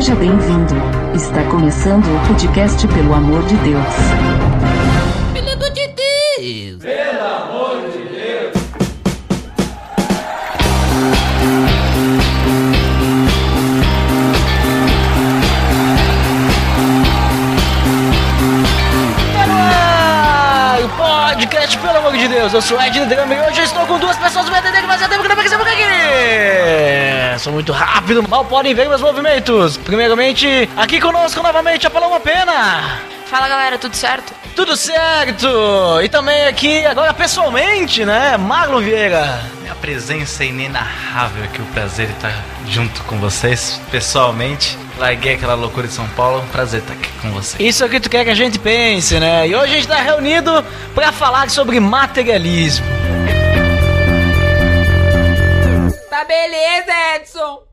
Seja bem-vindo. Está começando o podcast Pelo Amor de Deus. Pelo amor de Deus! Pelo amor de Deus! Podcast, pelo amor de Deus, eu sou o Ed Drama e hoje eu estou com duas pessoas que entender que fazia tempo que não apareceu por aqui. Sou muito rápido, mal podem ver meus movimentos. Primeiramente, aqui conosco novamente a Paloma Pena. Fala galera, tudo certo? Tudo certo! E também aqui, agora pessoalmente, né, Marlon Vieira. Minha presença é inenarrável aqui, o prazer de estar junto com vocês, pessoalmente. Larguei aquela loucura de São Paulo, um prazer estar aqui com vocês. Isso é o que tu quer que a gente pense, né? E hoje a gente tá reunido pra falar sobre materialismo. Tá beleza, Edson!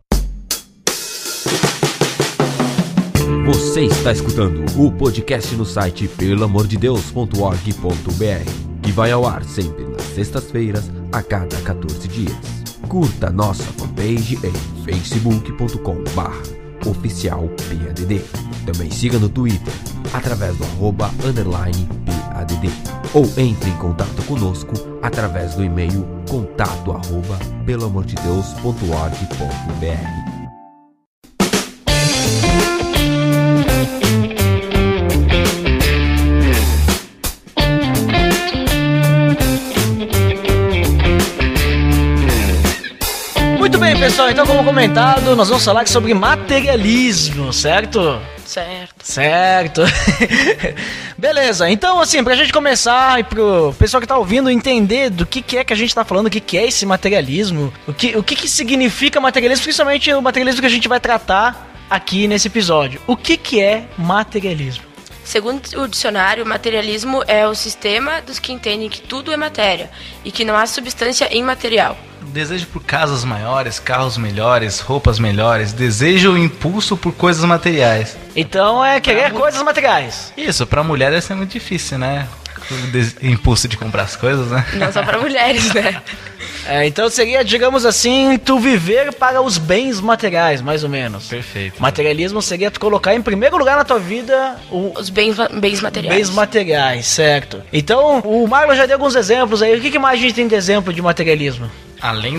Você está escutando o podcast no site pelamordedeus.org.br, que vai ao ar sempre nas sextas-feiras, a cada 14 dias. Curta nossa fanpage em facebook.com/oficialpadd. Também siga no Twitter, através do @_PADD. Ou entre em contato conosco através do e-mail contato@pelamordedeus.org.br. Muito bem, pessoal, então como comentado, nós vamos falar sobre materialismo, certo? Certo. Beleza, então assim, pra gente começar e pro pessoal que tá ouvindo entender do que é que a gente tá falando, o que é esse materialismo, o que significa materialismo, principalmente o materialismo que a gente vai tratar aqui nesse episódio. O que é materialismo? Segundo o dicionário, materialismo é o sistema dos que entendem que tudo é matéria e que não há substância imaterial. Desejo por casas maiores, carros melhores, roupas melhores, desejo o impulso por coisas materiais. Então é querer coisas materiais. Isso, pra mulher deve ser muito difícil, né? O impulso de comprar as coisas, né? Não só pra mulheres, né? Então seria, digamos assim, tu viver para os bens materiais, mais ou menos. Perfeito. Materialismo seria tu colocar em primeiro lugar na tua vida Os bens materiais. Bens materiais, certo. Então, o Marlon já deu alguns exemplos aí. O que mais a gente tem de exemplo de materialismo? Além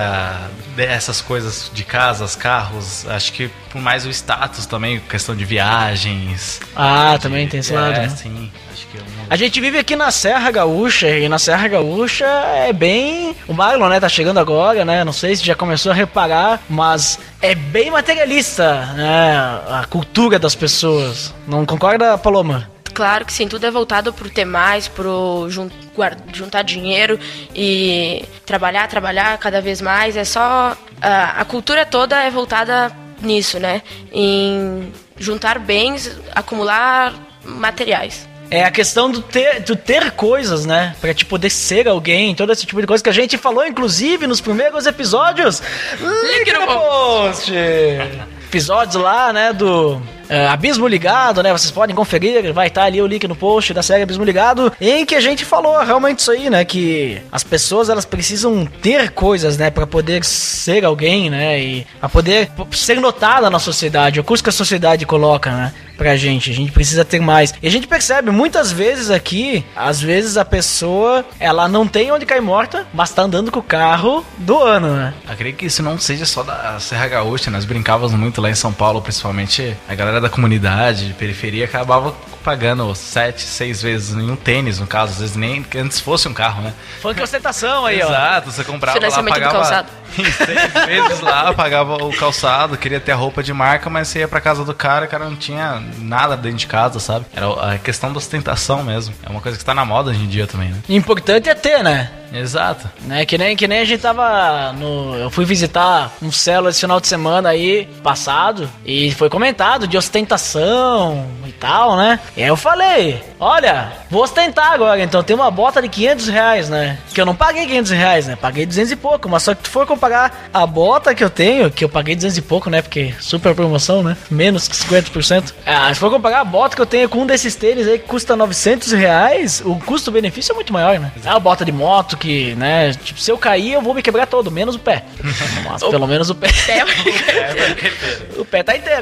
dessas coisas de casas, carros, acho que por mais o status também, questão de viagens. Também tem esse lado, né? Sim. Acho que a gente vive aqui na Serra Gaúcha, e na Serra Gaúcha é bem... O Marlon, né, tá chegando agora, né? Não sei se já começou a reparar, mas é bem materialista, né? A cultura das pessoas. Não concorda, Paloma? Claro que sim, tudo é voltado pro ter mais, pro juntar dinheiro e trabalhar cada vez mais. É só... A cultura toda é voltada nisso, né? Em juntar bens, acumular materiais. É a questão do ter coisas, né? Pra te poder ser alguém, todo esse tipo de coisa que a gente falou, inclusive, nos primeiros episódios. Link no post! Episódios lá, né, do Abismo Ligado, né, vocês podem conferir, vai estar ali o link no post da série Abismo Ligado, em que a gente falou realmente isso aí, né, que as pessoas, elas precisam ter coisas, né, pra poder ser alguém, né, e pra poder ser notada na sociedade, o curso que a sociedade coloca, né, pra gente. A gente precisa ter mais. E a gente percebe muitas vezes aqui, às vezes a pessoa, ela não tem onde cair morta, mas tá andando com o carro do ano, né? Eu creio que isso não seja só da Serra Gaúcha, nós brincávamos muito lá em São Paulo, principalmente a galera da comunidade, de periferia, acabava pagando 7, 6 vezes em um tênis, no caso, às vezes nem que antes fosse um carro, né? Foi que ostentação aí, ó. Exato, você comprava lá, pagava em 6 vezes lá, pagava o calçado, queria ter a roupa de marca, mas você ia pra casa do cara, o cara não tinha nada dentro de casa, sabe? Era a questão da ostentação mesmo. É uma coisa que tá na moda hoje em dia também, né? Importante é ter, né? Exato. Né? Que nem a gente tava eu fui visitar um célula esse final de semana aí, passado, e foi comentado de ostentação e tal, né? E aí eu falei, olha, vou ostentar agora, então tem uma bota de R$500, né? Que eu não paguei R$500, né? Paguei 200 e pouco, mas só que tu for comparar a bota que eu tenho, que eu paguei 200 e pouco, né? Porque super promoção, né? Menos que 50%. Se for comparar a bota que eu tenho com um desses tênis aí que custa R$900, o custo-benefício é muito maior, né? É uma bota de moto que, né? Tipo, se eu cair, eu vou me quebrar todo, menos o pé. Mas pelo menos o pé. O pé tá inteiro.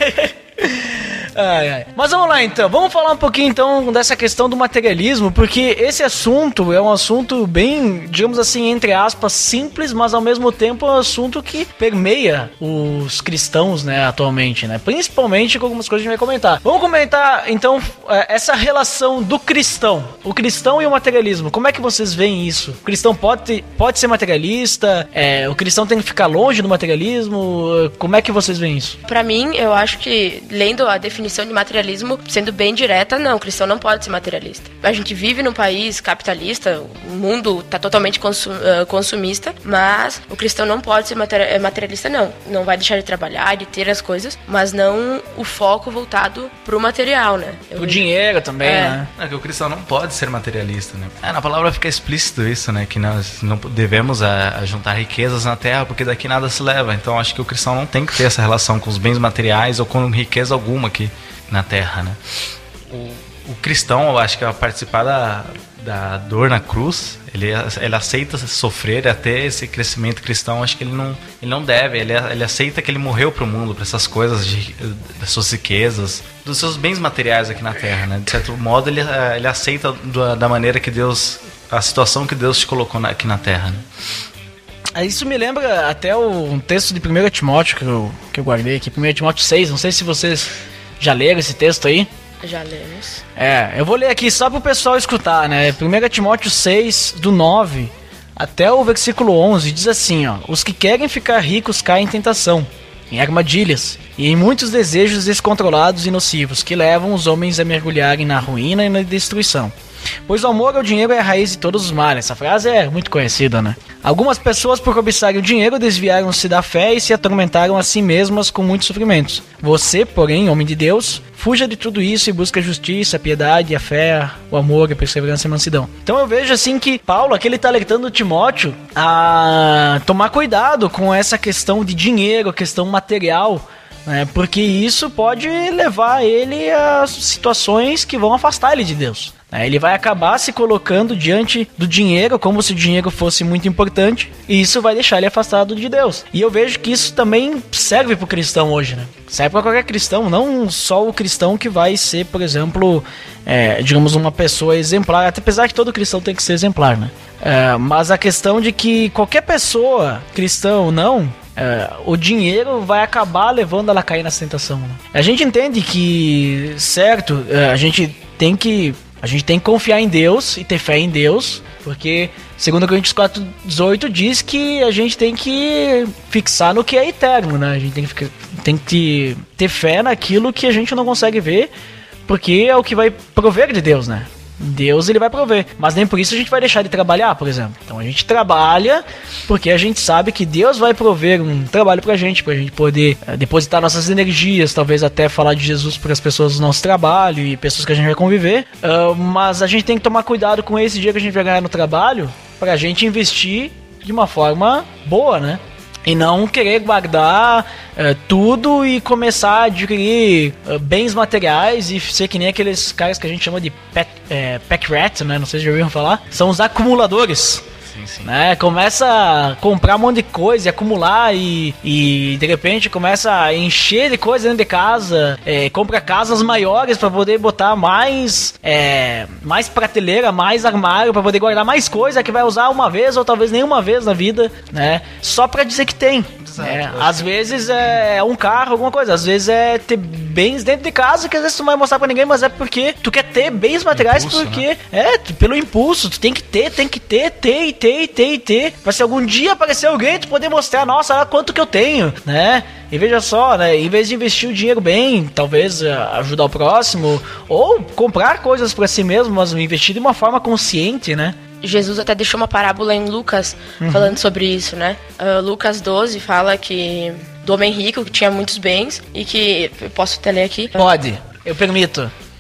Mas vamos lá então, vamos falar um pouquinho então dessa questão do materialismo, porque esse assunto é um assunto bem, digamos assim, entre aspas, simples, mas ao mesmo tempo é um assunto que permeia os cristãos, né, atualmente, né, principalmente com algumas coisas que a gente vai comentar. Vamos comentar então essa relação do cristão, o cristão e o materialismo, como é que vocês veem isso? O cristão pode ser materialista, o cristão tem que ficar longe do materialismo, como é que vocês veem isso? Pra mim, eu acho que, lendo a definição de materialismo, sendo bem direta, não, o cristão não pode ser materialista. A gente vive num país capitalista, o mundo tá totalmente consumista, mas o cristão não pode ser materialista, não. Não vai deixar de trabalhar, de ter as coisas, mas não o foco voltado pro material, né? O dinheiro também, né? Que o cristão não pode ser materialista, né? Na palavra fica explícito isso, né? Que nós não devemos juntar riquezas na terra, porque daqui nada se leva. Então acho que o cristão não tem que ter essa relação com os bens materiais ou com riqueza alguma aqui na terra, né? O cristão, eu acho que ao participar da dor na cruz, ele aceita sofrer até esse crescimento cristão. Acho que ele não deve, ele aceita que ele morreu para o mundo, para essas coisas das suas riquezas, dos seus bens materiais aqui na terra, né? De certo modo ele aceita da maneira que Deus, a situação que Deus te colocou aqui na terra, né? Isso me lembra até um texto de 1 Timóteo que eu guardei aqui, 1 Timóteo 6, não sei se vocês já leram esse texto aí. Já lemos. Eu vou ler aqui só pro pessoal escutar, né? 1 Timóteo 6, do 9 até o versículo 11, diz assim, ó: os que querem ficar ricos caem em tentação, em armadilhas e em muitos desejos descontrolados e nocivos que levam os homens a mergulharem na ruína e na destruição. Pois o amor ao dinheiro é a raiz de todos os males. Essa frase é muito conhecida, né? Algumas pessoas, por cobiçarem o dinheiro, desviaram-se da fé e se atormentaram a si mesmas com muitos sofrimentos. Você, porém, homem de Deus, fuja de tudo isso e busque a justiça, a piedade, a fé, o amor, a perseverança e a mansidão. Então eu vejo assim que Paulo aqui ele tá alertando Timóteo a tomar cuidado com essa questão de dinheiro, a questão material, né? Porque isso pode levar ele a situações que vão afastar ele de Deus. Ele vai acabar se colocando diante do dinheiro como se o dinheiro fosse muito importante, e isso vai deixar ele afastado de Deus. E eu vejo que isso também serve para o cristão hoje, né? Serve para qualquer cristão, não só o cristão que vai ser, por exemplo, digamos, uma pessoa exemplar, apesar que todo cristão tem que ser exemplar, né? Mas a questão de que qualquer pessoa, cristão ou não, o dinheiro vai acabar levando ela a cair nessa tentação, né? A gente entende que, certo, a gente tem que confiar em Deus e ter fé em Deus, porque 2 Coríntios 4:18 diz que a gente tem que fixar no que é eterno, né? A gente tem que ter fé naquilo que a gente não consegue ver, porque é o que vai prover de Deus, né? Deus ele vai prover, mas nem por isso a gente vai deixar de trabalhar, por exemplo. Então a gente trabalha porque a gente sabe que Deus vai prover um trabalho pra gente poder depositar nossas energias, talvez até falar de Jesus para as pessoas do nosso trabalho e pessoas que a gente vai conviver, mas a gente tem que tomar cuidado com esse dia que a gente vai ganhar no trabalho, pra gente investir de uma forma boa, né? E não querer guardar tudo e começar a adquirir bens materiais e ser que nem aqueles caras que a gente chama de pack rat, né? Não sei se já ouviram falar. São os acumuladores. Sim. Né? Começa a comprar um monte de coisa e acumular e de repente começa a encher de coisa dentro de casa, compra casas maiores para poder botar mais prateleira, mais armário, para poder guardar mais coisa que vai usar uma vez ou talvez nenhuma vez na vida, né? Só para dizer que tem. Às vezes é um carro, alguma coisa, às vezes é ter bens dentro de casa que às vezes tu não vai mostrar pra ninguém, mas é porque tu quer ter bens materiais, impulso, porque né? Pelo impulso, tu tem que ter, pra se algum dia aparecer alguém, tu poder mostrar, nossa, olha quanto que eu tenho, né? E veja só, né? Em vez de investir o dinheiro bem, talvez ajudar o próximo, ou comprar coisas pra si mesmo, mas investir de uma forma consciente, né? Jesus até deixou uma parábola em Lucas falando sobre isso, né? Lucas 12 fala que do homem rico que tinha muitos bens e que... Eu posso até ler aqui? Pode, eu permito.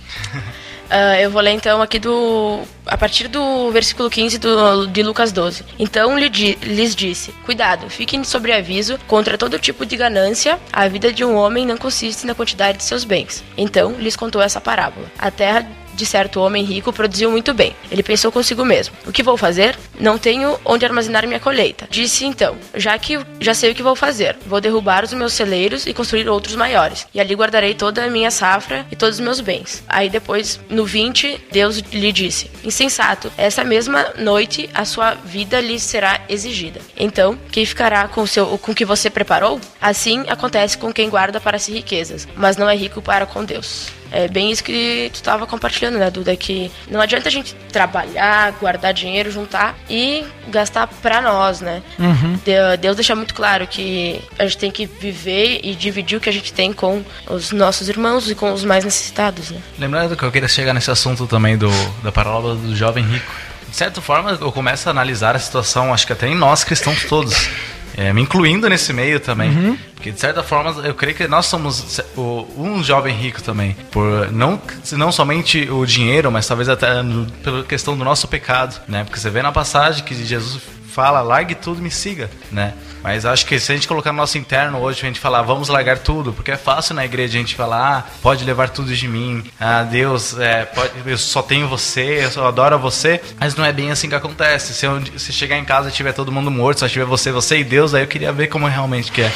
Eu vou ler então aqui a partir do versículo 15 de Lucas 12. Então lhes disse: cuidado, fiquem sobre aviso contra todo tipo de ganância. A vida de um homem não consiste na quantidade de seus bens. Então lhes contou essa parábola. A terra de certo homem rico produziu muito bem. Ele pensou consigo mesmo: o que vou fazer? Não tenho onde armazenar minha colheita. Disse então: já sei o que vou fazer. Vou derrubar os meus celeiros e construir outros maiores. E ali guardarei toda a minha safra e todos os meus bens. Aí depois, no 20, Deus lhe disse: insensato, essa mesma noite a sua vida lhe será exigida. Então, quem ficará com o que você preparou? Assim acontece com quem guarda para si riquezas, mas não é rico para com Deus. É bem isso que tu estava compartilhando, né, Duda? Que não adianta a gente trabalhar, guardar dinheiro, juntar e gastar pra nós, né? Uhum. Deus deixa muito claro que a gente tem que viver e dividir o que a gente tem com os nossos irmãos e com os mais necessitados, né? Lembrando que eu queria chegar nesse assunto também da parábola do jovem rico. De certa forma, eu começo a analisar a situação, acho que até em nós cristãos todos. Me incluindo nesse meio também. Uhum. Porque de certa forma eu creio que nós somos um jovem rico também. Por não somente o dinheiro, mas talvez até pela questão do nosso pecado, né? Porque você vê na passagem que Jesus fala: largue tudo e me siga, né? Mas acho que se a gente colocar no nosso interno hoje, a gente falar: vamos largar tudo, porque é fácil na igreja a gente falar: pode levar tudo de mim, Deus, eu só tenho você, eu só adoro você. Mas não é bem assim que acontece. Se chegar em casa e tiver todo mundo morto, só tiver você e Deus, aí eu queria ver como realmente que é.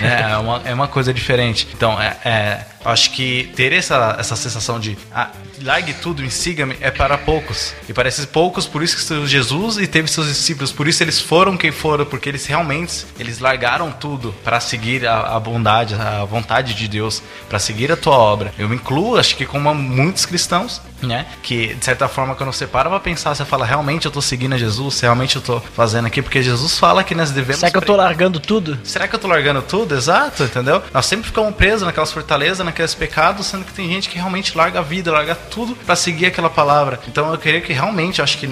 É uma coisa diferente. Então, acho que ter essa sensação de largue tudo e siga-me é para poucos. E para esses poucos, por isso que Jesus e teve seus discípulos, por isso eles foram quem foram, porque eles realmente largaram tudo para seguir a bondade, a vontade de Deus, para seguir a tua obra. Eu me incluo, acho que como muitos cristãos, né? Que de certa forma, quando você para pra pensar, você fala: realmente eu tô seguindo a Jesus, realmente eu tô fazendo aqui, porque Jesus fala que nós devemos... Será que eu tô largando tudo? Será que eu tô largando tudo? Exato, entendeu? Nós sempre ficamos presos naquelas fortalezas, naqueles pecados, sendo que tem gente que realmente larga a vida, larga tudo pra seguir aquela palavra. Então eu queria que realmente, acho que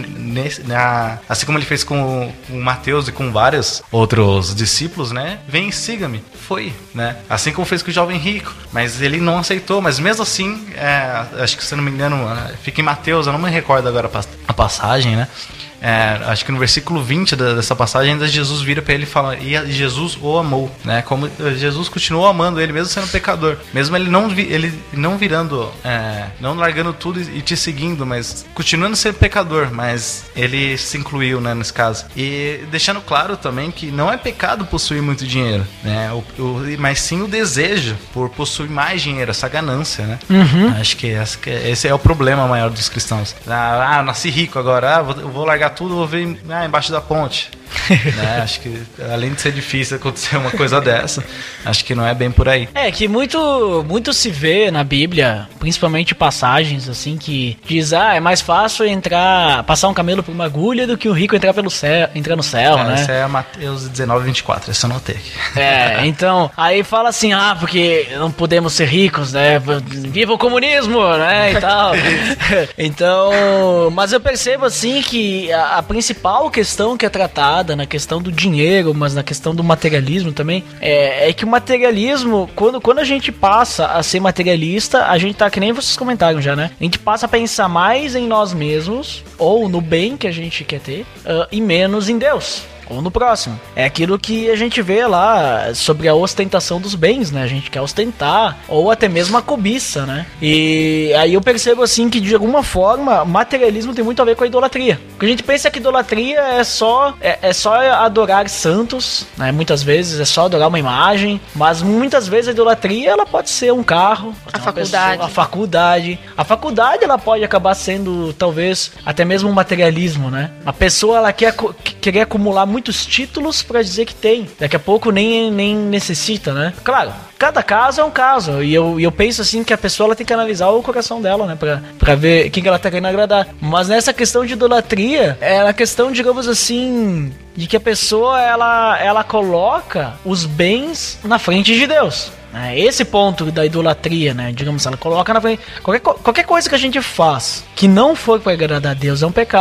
assim como ele fez com o Mateus e com vários outros discípulos, né? Vem e siga-me. Foi, né? Assim como fez com o jovem rico. Mas ele não aceitou, mas mesmo assim, acho que, se eu não me engano, fica em Mateus, eu não me recordo agora a passagem, né? Acho que no versículo 20 dessa passagem ainda Jesus vira para ele e fala: e Jesus o amou, né? Como Jesus continuou amando ele mesmo sendo pecador, mesmo ele não virando, não largando tudo e te seguindo, mas continuando sendo pecador, mas ele se incluiu, né, nesse caso. E deixando claro também que não é pecado possuir muito dinheiro, né? Mas sim o desejo por possuir mais dinheiro, essa ganância, né? Uhum. Acho que esse é o problema maior dos cristãos. Nasci rico agora, eu vou largar tudo, vou ver embaixo da ponte. Né? Acho que além de ser difícil acontecer uma coisa dessa, acho que não é bem por aí. Que muito se vê na Bíblia, principalmente passagens assim que diz: é mais fácil passar um camelo por uma agulha do que o rico entrar no céu, né? Essa é Mateus 19:24, essa eu anotei aqui. Então, aí fala assim: porque não podemos ser ricos, né? Viva o comunismo, né? E tal. Então, mas eu percebo assim que a principal questão que é tratada na questão do dinheiro, mas na questão do materialismo também, é que o materialismo, quando a gente passa a ser materialista, a gente tá, que nem vocês comentaram já, né? A gente passa a pensar mais em nós mesmos, ou no bem que a gente quer ter, e menos em Deus. Ou no próximo. É aquilo que a gente vê lá sobre a ostentação dos bens, né? A gente quer ostentar, ou até mesmo a cobiça, né? E aí eu percebo assim que de alguma forma materialismo tem muito a ver com a idolatria. Porque a gente pensa que idolatria é só adorar santos, né? Muitas vezes é só adorar uma imagem, mas muitas vezes a idolatria ela pode ser um carro, a faculdade. A faculdade ela pode acabar sendo talvez até mesmo um materialismo, né? A pessoa ela querer acumular muitos títulos pra dizer que tem. Daqui a pouco nem necessita, né? Claro, cada caso é um caso. E eu penso assim que a pessoa ela tem que analisar o coração dela, né? Pra ver quem que ela tá querendo agradar. Mas nessa questão de idolatria, é a questão, digamos assim, de que a pessoa ela coloca os bens na frente de Deus. Esse ponto da idolatria, né? Digamos, ela coloca na frente. Qualquer coisa que a gente faz que não for para agradar a Deus é um pecado.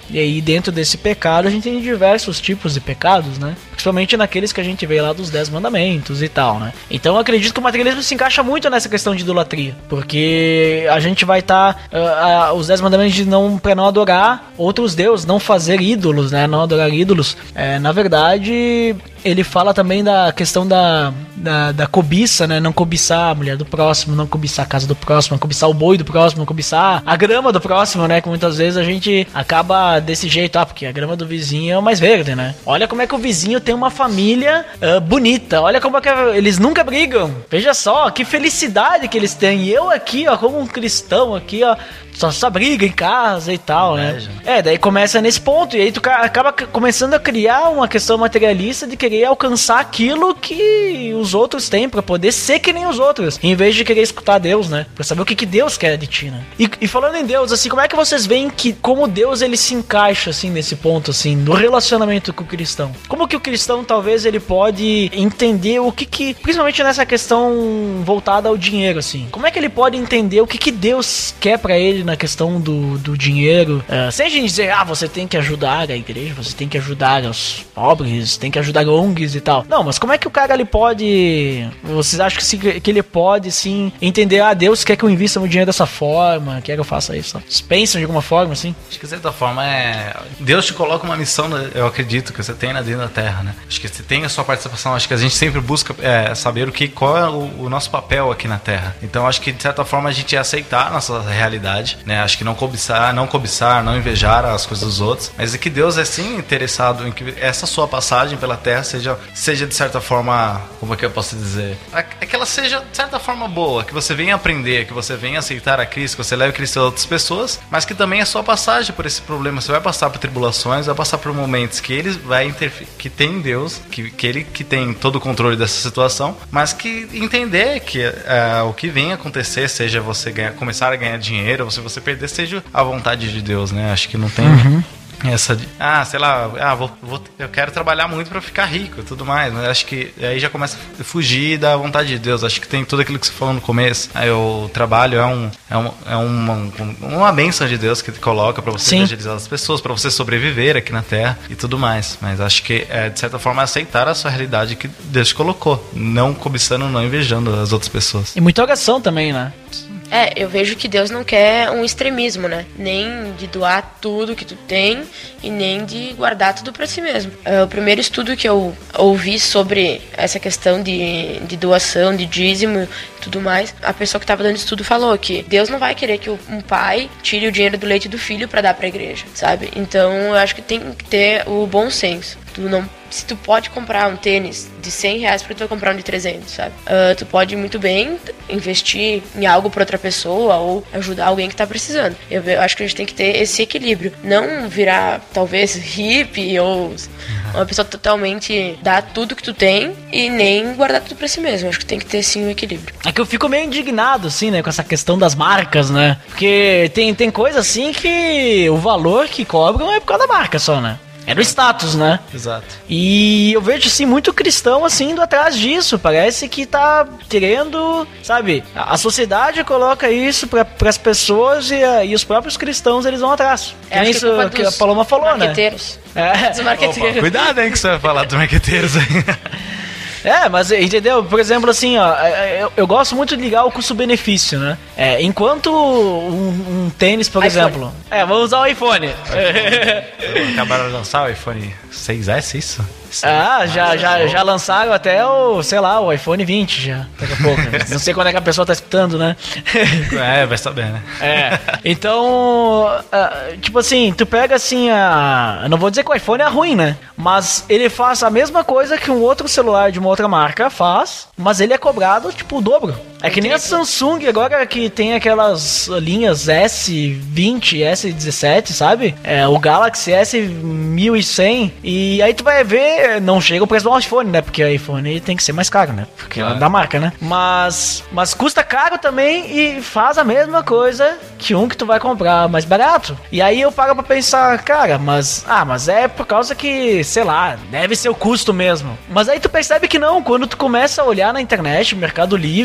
E aí dentro desse pecado a gente tem diversos tipos de pecados, né? Principalmente naqueles que a gente vê lá dos 10 mandamentos e tal, né? Então eu acredito que o materialismo se encaixa muito nessa questão de idolatria, porque a gente vai estar os 10 mandamentos de para não adorar outros deuses, não fazer ídolos, né? Não adorar ídolos. Na verdade, ele fala também da questão da cobiça, né? Não cobiçar a mulher do próximo, não cobiçar a casa do próximo, não cobiçar o boi do próximo, não cobiçar a grama do próximo, né? Que muitas vezes a gente acaba desse jeito, porque a grama do vizinho é mais verde, né? Olha como é que o vizinho tem uma família bonita, olha como é que eles nunca brigam. Veja só, que felicidade que eles têm. E eu aqui, como um cristão aqui, só briga em casa e tal, né? Daí começa nesse ponto, e aí tu acaba começando a criar uma questão materialista de querer alcançar aquilo que os outros têm, pra poder ser que nem os outros, em vez de querer escutar Deus, né? Pra saber o que Deus quer de ti, né? E falando em Deus, assim, como é que vocês veem como Deus, ele se encaixa, assim, nesse ponto, assim, no relacionamento com o cristão? Como que o cristão, talvez, ele pode entender o que principalmente nessa questão voltada ao dinheiro, assim, como é que ele pode entender o que Deus quer pra ele na questão do dinheiro, sem a gente dizer, você tem que ajudar a igreja, você tem que ajudar os pobres, tem que ajudar ONGs e tal. Não, mas como é que o cara ele pode, vocês acham que ele pode sim entender, Deus quer que eu invista meu dinheiro dessa forma, quer que eu faça isso? Vocês pensam de alguma forma assim? Acho que de certa forma Deus te coloca uma missão, eu acredito que você tem dentro da terra, né? Acho que você tem a sua participação, acho que a gente sempre busca saber qual é o nosso papel aqui na terra. Então acho que de certa forma a gente ia aceitar a nossa realidade, né? Acho que não cobiçar, não invejar as coisas dos outros, mas é que Deus é sim interessado em que essa sua passagem pela terra seja de certa forma, como é que eu posso dizer? Que ela seja de certa forma boa, que você venha aprender, que você venha aceitar a Cristo, que você leve Cristo a outras pessoas, mas que também é sua passagem por esse problema. Você vai passar por tribulações, vai passar por momentos que ele vai interferir, que tem Deus, que ele que tem todo o controle dessa situação, mas que entender que o que vem acontecer, seja você começar a ganhar dinheiro, ou se você perder, seja a vontade de Deus, né? Acho que não tem essa de, sei lá, eu quero trabalhar muito pra ficar rico e tudo mais, mas acho que aí já começa a fugir da vontade de Deus. Acho que tem tudo aquilo que você falou no começo. O trabalho é uma bênção de Deus que coloca pra você evangelizar as pessoas, pra você sobreviver aqui na Terra e tudo mais. Mas acho que de certa forma aceitar a sua realidade que Deus te colocou, não cobiçando, não invejando as outras pessoas. E muita oração também, né? Eu vejo que Deus não quer um extremismo, né? Nem de doar tudo que tu tem e nem de guardar tudo pra si mesmo. O primeiro estudo que eu ouvi sobre essa questão de doação, de dízimo e tudo mais, a pessoa que estava dando estudo falou que Deus não vai querer que um pai tire o dinheiro do leite do filho pra dar pra igreja, sabe? Então eu acho que tem que ter o bom senso. Se tu pode comprar um tênis de R$100, porque tu vai comprar um de 300, sabe? Tu pode muito bem investir em algo pra outra pessoa ou ajudar alguém que tá precisando. Eu acho que a gente tem que ter esse equilíbrio. Não virar, talvez, hippie ou uma pessoa totalmente dar tudo que tu tem e nem guardar tudo pra si mesmo. Eu acho que tem que ter, sim, um equilíbrio. É que eu fico meio indignado, assim, né, com essa questão das marcas, né? Porque tem coisa, assim, que o valor que cobram é por causa da marca só, né? É do status, né? Exato. E eu vejo, assim, muito cristão, assim, indo atrás disso. Parece que tá querendo, sabe? A sociedade coloca isso pras pessoas e os próprios cristãos, eles vão atrás. É isso que a Paloma falou, marqueteiros. Né? Dos marqueteiros. Opa, cuidado, hein, que você vai falar dos marqueteiros aí. Mas entendeu? Por exemplo, assim, eu gosto muito de ligar o custo-benefício, né? Enquanto um tênis, por exemplo... vamos usar o iPhone. Acabaram de lançar o iPhone 6S, isso? Já lançaram até o iPhone 20 já, daqui a pouco. Não sei quando é que a pessoa tá escutando, né? Vai saber, né? Então, tipo assim, tu pega assim eu não vou dizer que o iPhone é ruim, né? Mas ele faz a mesma coisa que um outro celular de uma outra marca faz, mas ele é cobrado, tipo, o dobro. É que nem a Samsung agora, que tem aquelas linhas S20, S17, sabe? O Galaxy S1100. E aí tu vai ver, não chega o preço do iPhone, né? Porque o iPhone tem que ser mais caro, né? Porque é da marca, né? Mas custa caro também e faz a mesma coisa que um que tu vai comprar mais barato. E aí eu paro pra pensar, cara, mas é por causa que, sei lá, deve ser o custo mesmo. Mas aí tu percebe que não, quando tu começa a olhar na internet, Mercado Livre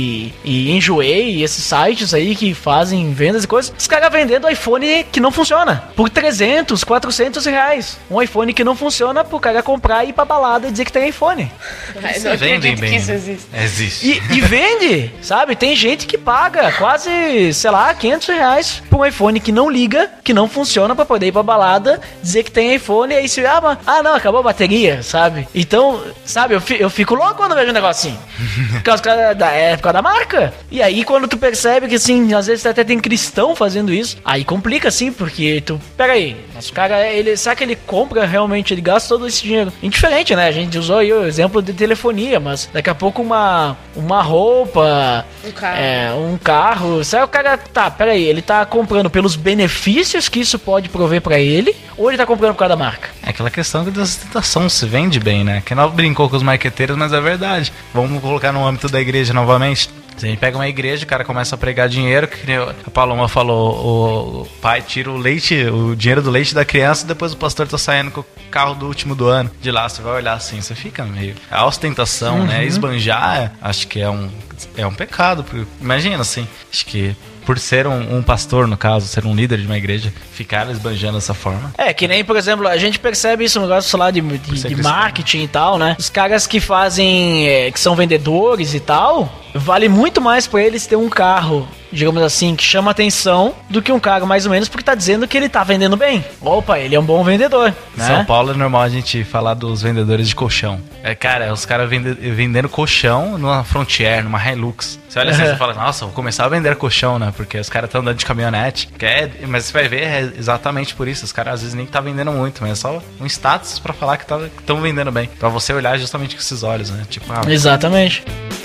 e Enjoei, e esses sites aí que fazem vendas e coisas, os caras vendendo iPhone que não funciona por 300, 400 reais. Um iPhone que não funciona pro cara comprar e ir pra balada e dizer que tem iPhone. Não acredito que isso existe. Existe. E vende, sabe? Tem gente que paga quase, sei lá, 500 reais por um iPhone que não liga, que não funciona pra poder ir pra balada, dizer que tem iPhone e aí se não, acabou a bateria, sabe? Então, sabe, eu fico louco quando vejo um negócio assim. Por causa da marca. E aí quando tu percebe que assim, às vezes até tem cristão fazendo isso, aí complica assim, porque pera aí, mas o cara, será que ele compra realmente, ele gasta todo esse dinheiro? Indiferente, né? A gente usou aí o exemplo de telefonia, mas daqui a pouco uma roupa, um carro, será que o cara, pera aí, ele tá comprando pelos benefícios que isso pode prover pra ele, ou ele tá comprando por causa da marca? É aquela questão da ostentação, se vende bem, né? Que não brincou com os marqueteiros, mas é verdade. Vamos colocar no âmbito da igreja novamente. Se a gente pega uma igreja, o cara começa a pregar dinheiro, que a Paloma falou, o pai tira o dinheiro do leite da criança e depois o pastor tá saindo com o carro do último do ano. De lá, você vai olhar assim, você fica meio... A ostentação, né? Esbanjar, acho que é um pecado. Imagina, assim, acho que... Por ser um pastor, no caso, ser um líder de uma igreja, ficar esbanjando dessa forma. Que nem, por exemplo, a gente percebe isso no negócio lá de marketing e tal, né? Os caras que fazem, que são vendedores e tal, vale muito mais pra eles ter um carro, digamos assim, que chama atenção, do que um carro mais ou menos, porque tá dizendo que ele tá vendendo bem. Opa, ele é um bom vendedor, Em né? São Paulo é normal a gente falar dos vendedores de colchão. Cara, os caras vendendo colchão numa Frontier, numa Hilux. Você olha assim e fala, nossa, vou começar a vender colchão, né? Porque os caras estão andando de caminhonete. Mas você vai ver, é exatamente por isso. Os caras às vezes nem tá vendendo muito, mas é só um status pra falar que estão vendendo bem. Pra você olhar justamente com esses olhos, né? Tipo, Exatamente.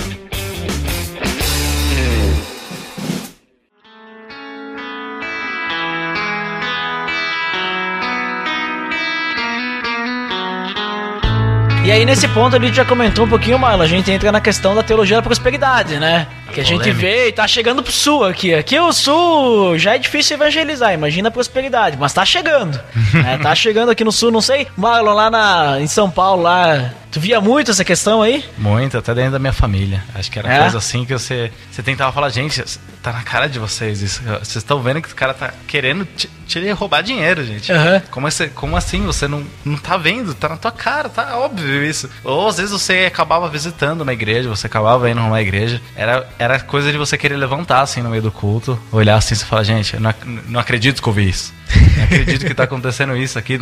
E aí nesse ponto a gente já comentou um pouquinho, Marlon, a gente entra na questão da teologia da prosperidade, né? Que a gente vê e tá chegando pro sul aqui. Aqui o sul já é difícil evangelizar, imagina a prosperidade, mas tá chegando. Né? Tá chegando aqui no sul, não sei, Marlon, lá em São Paulo, lá... Tu via muito essa questão aí? Muito, até dentro da minha família. Acho que era coisa assim que você tentava falar, gente, tá na cara de vocês isso. Vocês estão vendo que o cara tá querendo te roubar dinheiro, gente. Como assim? Você não tá vendo? Tá na tua cara, tá óbvio isso. Ou às vezes você acabava visitando uma igreja, você acabava indo numa igreja. Era coisa de você querer levantar assim no meio do culto, olhar assim e falar, gente, eu não acredito que eu vi isso. Não acredito que tá acontecendo isso aqui.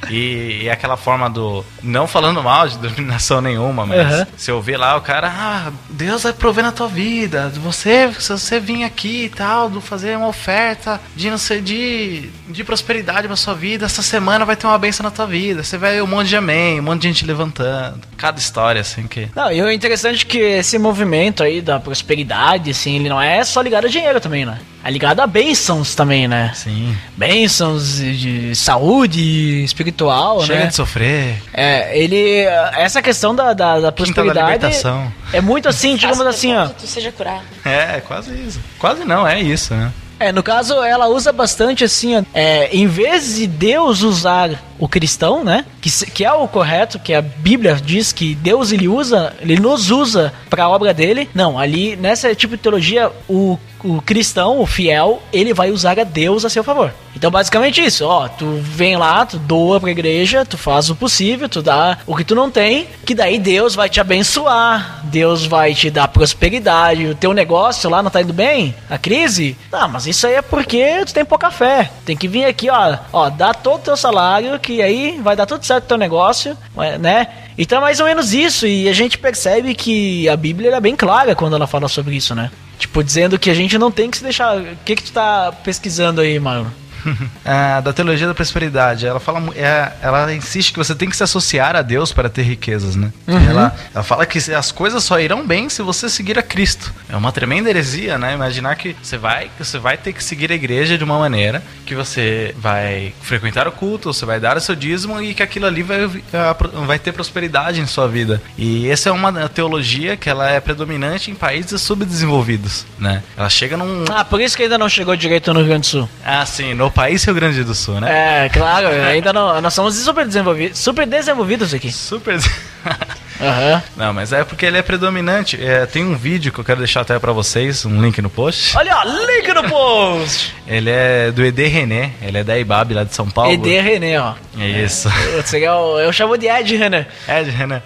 E aquela forma do... Não falando mal de denominação nenhuma, mas se eu ver lá o cara, Deus vai prover na tua vida. Se você vir aqui e tal, fazer uma oferta de prosperidade pra sua vida, essa semana vai ter uma bênção na tua vida. Você vai ver um monte de amém, um monte de gente levantando. Cada história, assim, que... Não, e o interessante é que esse movimento aí da prosperidade, assim, ele não é só ligado a dinheiro também, né? É ligado a bênçãos também, né? Sim. Bênçãos de saúde espiritual, né? Chega de sofrer. Essa questão da prosperidade da é muito assim, digamos assim, ó. Tu seja curado. É, quase isso. Quase não, é isso, né? No caso, ela usa bastante assim, ó, em vez de Deus usar o cristão, né, que é o correto, que a Bíblia diz que Deus ele nos usa para a obra dele. Não, ali nessa tipo de teologia, o cristão, o fiel, ele vai usar a Deus a seu favor. Então basicamente isso, tu vem lá, tu doa pra igreja, tu faz o possível, tu dá o que tu não tem, que daí Deus vai te abençoar, Deus vai te dar prosperidade, o teu negócio lá não tá indo bem, a crise, mas isso aí é porque tu tem pouca fé, tem que vir aqui, dá todo o teu salário, que aí vai dar tudo certo o teu negócio, né? Então é mais ou menos isso, e a gente percebe que a Bíblia é bem clara quando ela fala sobre isso, né? Tipo, dizendo que a gente não tem que se deixar... O que tu tá pesquisando aí, Marlon? Da teologia da prosperidade. Ela insiste que você tem que se associar a Deus para ter riquezas, né? Ela fala que as coisas só irão bem se você seguir a Cristo. É uma tremenda heresia, né? Imaginar que você vai ter que seguir a igreja de uma maneira que você vai frequentar o culto, você vai dar o seu dízimo e que aquilo ali vai ter prosperidade em sua vida. E essa é uma teologia que ela é predominante em países subdesenvolvidos, né? Ela chega num... por isso que ainda não chegou direito no Rio Grande do Sul. Sim, no país Rio Grande do Sul, né? Claro, ainda não. Nós somos super desenvolvidos aqui. Não, mas é porque ele é predominante. Tem um vídeo que eu quero deixar até pra vocês, um link no post. Olha, ó, link no post! Ele é do Ed René, ele é da IBAB lá de São Paulo. Ed René, ó. É isso. Eu chamo de Ed René. Ed René.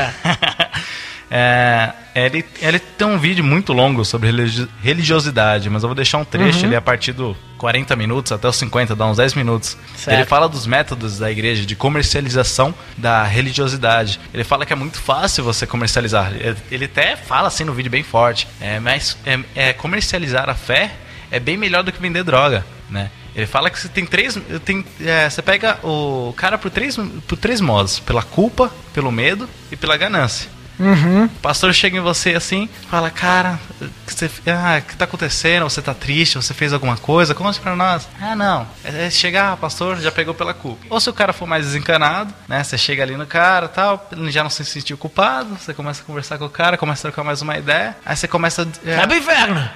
É. Ele tem um vídeo muito longo sobre religiosidade, mas eu vou deixar um trecho, ele é a partir do 40 minutos até os 50, dá uns 10 minutos. Certo. Ele fala dos métodos da igreja de comercialização da religiosidade. Ele fala que é muito fácil você comercializar. Ele até fala assim no vídeo bem forte, mas comercializar a fé é bem melhor do que vender droga, né? Ele fala que você tem você pega o cara por três modos: pela culpa, pelo medo e pela ganância. O pastor chega em você assim, fala: cara, o que tá acontecendo? Você tá triste? Você fez alguma coisa? Conte pra nós. Não. Chegar, pastor, já pegou pela culpa. Ou se o cara for mais desencanado, né? Você chega ali no cara, tal, ele já não se sentiu culpado, você começa a conversar com o cara, começa a trocar mais uma ideia, aí você começa Vai pro inferno!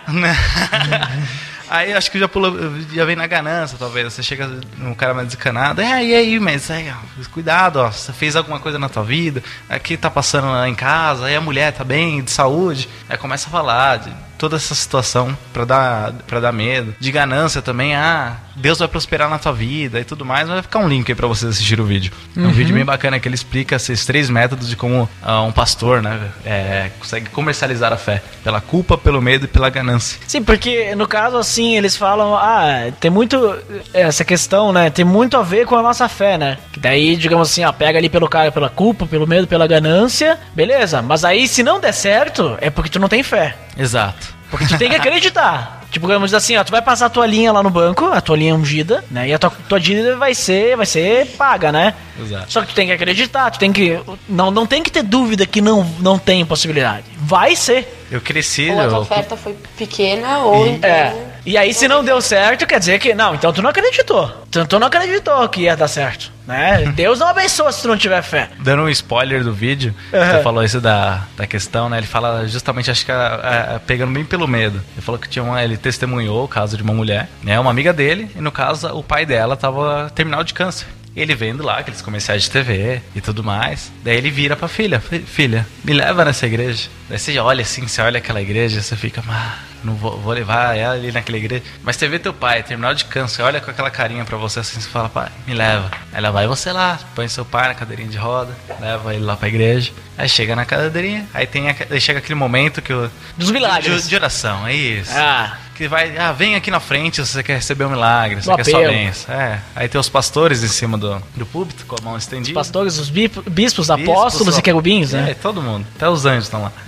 Aí acho que já vem na ganância, talvez. Você chega num cara mais desencanado. E aí, mas cuidado, ó. Você fez alguma coisa na tua vida? Aqui tá passando lá em casa, aí a mulher tá bem, de saúde. Aí começa a falar de toda essa situação pra dar medo. De ganância também, Deus vai prosperar na tua vida e tudo mais. Mas vai ficar um link aí pra vocês assistirem o vídeo. É um vídeo bem bacana que ele explica esses 3 métodos de como um pastor, né, consegue comercializar a fé. Pela culpa, pelo medo e pela ganância. Sim, porque no caso assim, eles falam, tem muito essa questão, né, tem muito a ver com a nossa fé, né, que daí, digamos assim, pega ali pelo cara, pela culpa, pelo medo, pela ganância, beleza, mas aí se não der certo, é porque tu não tem fé. Exato. Porque tu tem que acreditar. Tipo, vamos dizer assim, tu vai passar a tua linha lá no banco, a tua linha ungida, né? E a tua dívida vai ser paga, né? Exato. Só que tu tem que acreditar, tu tem que... Não tem que ter dúvida que não tem possibilidade. Vai ser. Eu cresci... Ou a tua oferta foi pequena, ou então... E aí, se não deu certo, quer dizer que... Não, então tu não acreditou. Tu não acreditou que ia dar certo, né? Deus não abençoa se tu não tiver fé. Dando um spoiler do vídeo, você falou isso da questão, né? Ele fala justamente, acho que pegando bem pelo medo. Ele falou que ele testemunhou o caso de uma mulher, né? Uma amiga dele, e no caso, o pai dela tava terminal de câncer. Ele vendo lá aqueles comerciais de TV e tudo mais. Daí ele vira pra filha: filha, me leva nessa igreja. Daí você olha assim, você olha aquela igreja, você fica: não vou levar ela ali naquela igreja. Mas você vê teu pai, terminal de câncer, olha com aquela carinha pra você assim, você fala: pai, me leva. Aí ela vai você lá, põe seu pai na cadeirinha de roda, leva ele lá pra igreja. Aí chega na cadeirinha, aí chega aquele momento que dos milagres. De oração, é isso. Que vai, vem aqui na frente se você quer receber um milagre, você quer sua bênção. Aí tem os pastores em cima do púlpito, com a mão estendida. Os pastores, os bispos, apóstolos e querubins, né? Todo mundo. Até os anjos estão lá.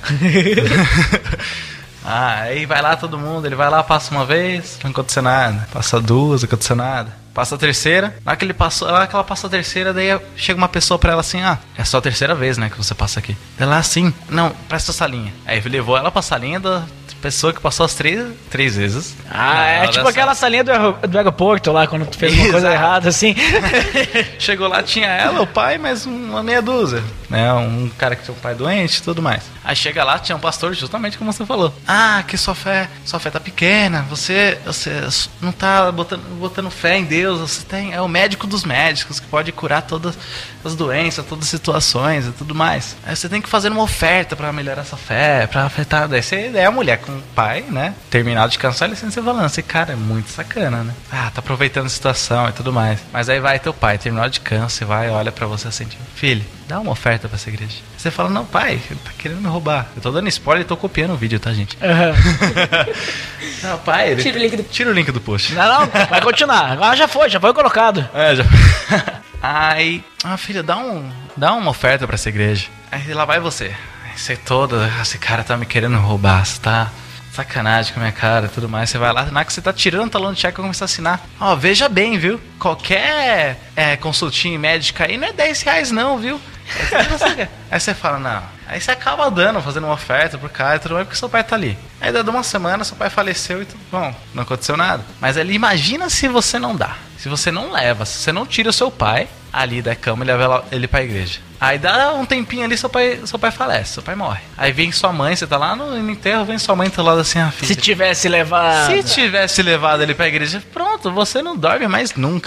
Aí vai lá todo mundo, ele vai lá, passa uma vez, não aconteceu nada. Passa 2, não aconteceu nada. Passa a terceira, na hora que ela passa a terceira, daí chega uma pessoa pra ela assim: é só a terceira vez, né, que você passa aqui. Ela assim: não, presta essa linha. Aí levou ela pra salinha da pessoa que passou as três vezes. É tipo aquela salinha do aeroporto lá, quando tu fez uma coisa errada, assim. Chegou lá, tinha ela, o pai, mais uma meia dúzia, né, um cara que tinha um pai doente e tudo mais. Aí chega lá, tinha um pastor, justamente como você falou: que sua fé tá pequena, você não tá botando fé em Deus, você é o médico dos médicos que pode curar todas as doenças, todas as situações e tudo mais. Aí você tem que fazer uma oferta pra melhorar essa fé, pra afetar. Daí a mulher com o pai, né, terminado de cansar, você falando: esse cara é muito sacana, né? Tá aproveitando a situação e tudo mais. Mas aí vai teu pai, terminado de câncer, olha pra você assim: filho, dá uma oferta pra essa igreja. Você fala: não, pai, ele tá querendo me roubar. Eu tô dando spoiler e tô copiando o vídeo, tá, gente? Não, pai, tira o link do post. Não, vai continuar. Agora já foi colocado. Já. Aí, filha, dá uma oferta pra essa igreja. Aí lá vai você. Esse cara tá me querendo roubar, você tá sacanagem com a minha cara e tudo mais. Você vai lá, na hora que você tá tirando o talão de cheque, vai começar a assinar. Veja bem, viu? Qualquer consultinha médica aí não é R$10 não, viu? Aí você fala: não. Aí você acaba fazendo uma oferta pro cara e tudo mais, porque seu pai tá ali. Aí dá uma semana, seu pai faleceu e tudo bom, não aconteceu nada. Mas ali, imagina se você não dá. Se você não leva, se você não tira o seu pai ali da cama e leva ele pra igreja. Aí dá um tempinho ali, seu pai falece, seu pai morre. Aí vem sua mãe, você tá lá no enterro, vem sua mãe do lado assim: filha, se tivesse levado ele pra igreja, pronto, você não dorme mais nunca.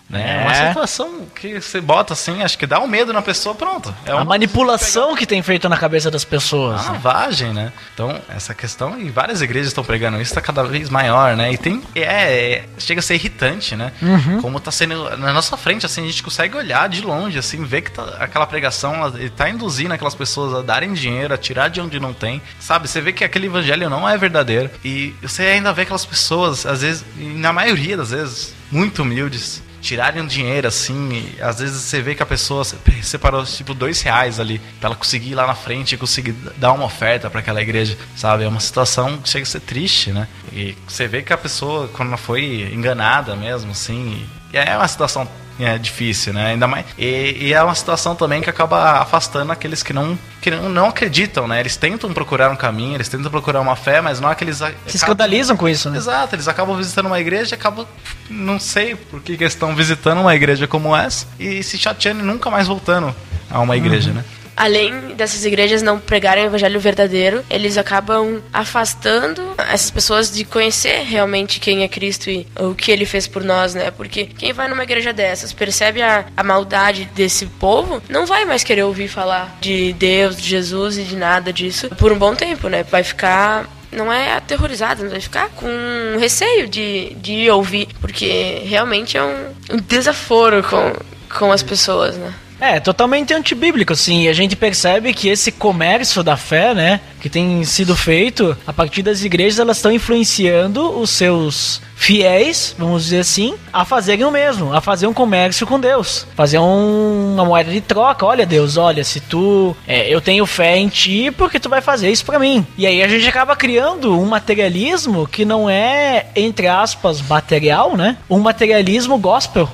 né? É uma situação que você bota assim, acho que dá um medo na pessoa, pronto. É a manipulação que tem feito na cabeça das pessoas. A lavagem, né? Então, essa questão, e várias igrejas estão pregando isso, tá cada vez maior, né? E tem, chega a ser irritante, né? Como tá sendo na nossa frente, assim, a gente consegue olhar de longe, assim, ver que aquela pregação, ela tá induzindo aquelas pessoas a darem dinheiro, a tirar de onde não tem, sabe? Você vê que aquele evangelho não é verdadeiro, e você ainda vê aquelas pessoas, às vezes, e na maioria das vezes, muito humildes, tirarem um dinheiro assim, e às vezes você vê que a pessoa separou tipo R$2 ali pra ela conseguir ir lá na frente e conseguir dar uma oferta pra aquela igreja, sabe? É uma situação que chega a ser triste, né? E você vê que a pessoa, quando ela foi enganada mesmo, assim, e é uma situação difícil, né? Ainda mais. E é uma situação também que acaba afastando aqueles que não acreditam, né? Eles tentam procurar um caminho, eles tentam procurar uma fé, mas não é que eles se escandalizam com isso, né? Exato, eles acabam visitando uma igreja e acabam, não sei por que eles estão visitando uma igreja como essa e se chateando e nunca mais voltando a uma igreja, né? Além dessas igrejas não pregarem o evangelho verdadeiro, eles acabam afastando essas pessoas de conhecer realmente quem é Cristo e o que ele fez por nós, né? Porque quem vai numa igreja dessas, percebe a maldade desse povo, não vai mais querer ouvir falar de Deus, de Jesus e de nada disso por um bom tempo, né? Vai ficar... não é aterrorizado, mas vai ficar com receio de ouvir, porque realmente é um desaforo com as pessoas, né? É, totalmente antibíblico, assim, e a gente percebe que esse comércio da fé, né, que tem sido feito a partir das igrejas, elas estão influenciando os seus fiéis, vamos dizer assim, a fazerem o mesmo, a fazer um comércio com Deus, fazer uma moeda de troca. Olha, Deus, olha, se tu, eu tenho fé em ti, porque tu vai fazer isso pra mim. E aí a gente acaba criando um materialismo que não é, entre aspas, material, né, um materialismo gospel.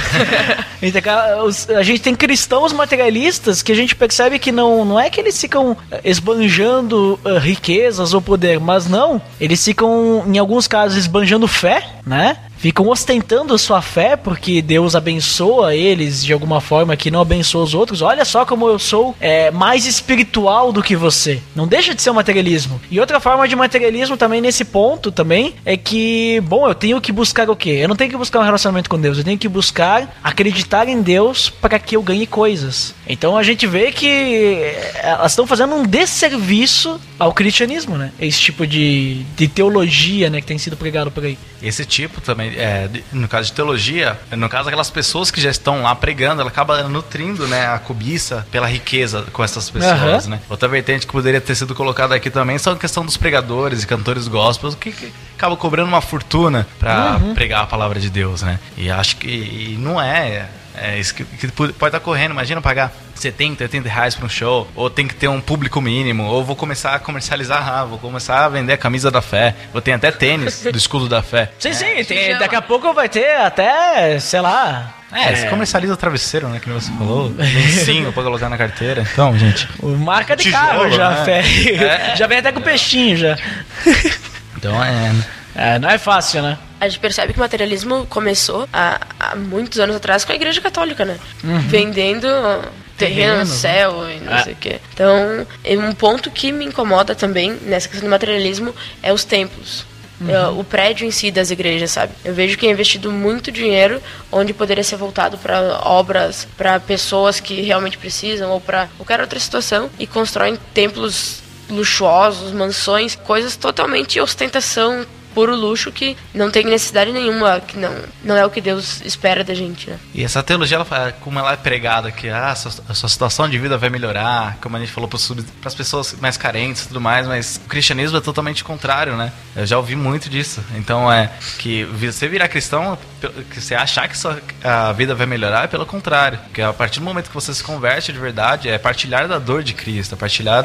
A gente tem cristãos materialistas que a gente percebe que não é que eles ficam esbanjando riquezas ou poder, mas não, eles ficam, em alguns casos, esbanjando fé, né? Ficam ostentando sua fé porque Deus abençoa eles de alguma forma que não abençoa os outros. Olha só como eu sou mais espiritual do que você. Não deixa de ser um materialismo. E outra forma de materialismo também nesse ponto também é que, bom, eu tenho que buscar o quê? Eu não tenho que buscar um relacionamento com Deus. Eu tenho que buscar acreditar em Deus para que eu ganhe coisas. Então a gente vê que elas estão fazendo um desserviço ao cristianismo, né? Esse tipo de teologia, né, que tem sido pregado por aí. Esse tipo também, no caso de teologia, no caso aquelas pessoas que já estão lá pregando, ela acaba nutrindo, né, a cobiça pela riqueza com essas pessoas, né? Outra vertente que poderia ter sido colocada aqui também são a questão dos pregadores e cantores gospels que acabam cobrando uma fortuna para pregar a palavra de Deus, né? E acho que não é isso que pode estar correndo. Imagina pagar 70, 80 reais para um show, ou tem que ter um público mínimo, ou vou começar a comercializar, vou começar a vender a camisa da fé, vou ter até tênis do escudo da fé. Sim, daqui a pouco vai ter até, sei lá... Você comercializa o travesseiro, né, que você falou, lencinho pra colocar na carteira. Então, gente... Marca de tijolo, carro já, né? Fé. Já vem até com peixinho, já. Então, não é fácil, né? A gente percebe que o materialismo começou há muitos anos atrás com a Igreja Católica, né? Vendendo terreno no céu e não sei o quê. Então, um ponto que me incomoda também nessa questão do materialismo é os templos. O prédio em si das igrejas, sabe? Eu vejo que é investido muito dinheiro onde poderia ser voltado para obras, para pessoas que realmente precisam ou para qualquer outra situação, e constroem templos luxuosos, mansões, coisas totalmente ostentação, puro luxo, que não tem necessidade nenhuma, que não é o que Deus espera da gente, né? E essa teologia, como ela é pregada, que a sua situação de vida vai melhorar, como a gente falou para as pessoas mais carentes e tudo mais, mas o cristianismo é totalmente contrário, né? Eu já ouvi muito disso. Então que você virar cristão, que você achar que a vida vai melhorar, é pelo contrário. Porque a partir do momento que você se converte de verdade, é partilhar da dor de Cristo, é partilhar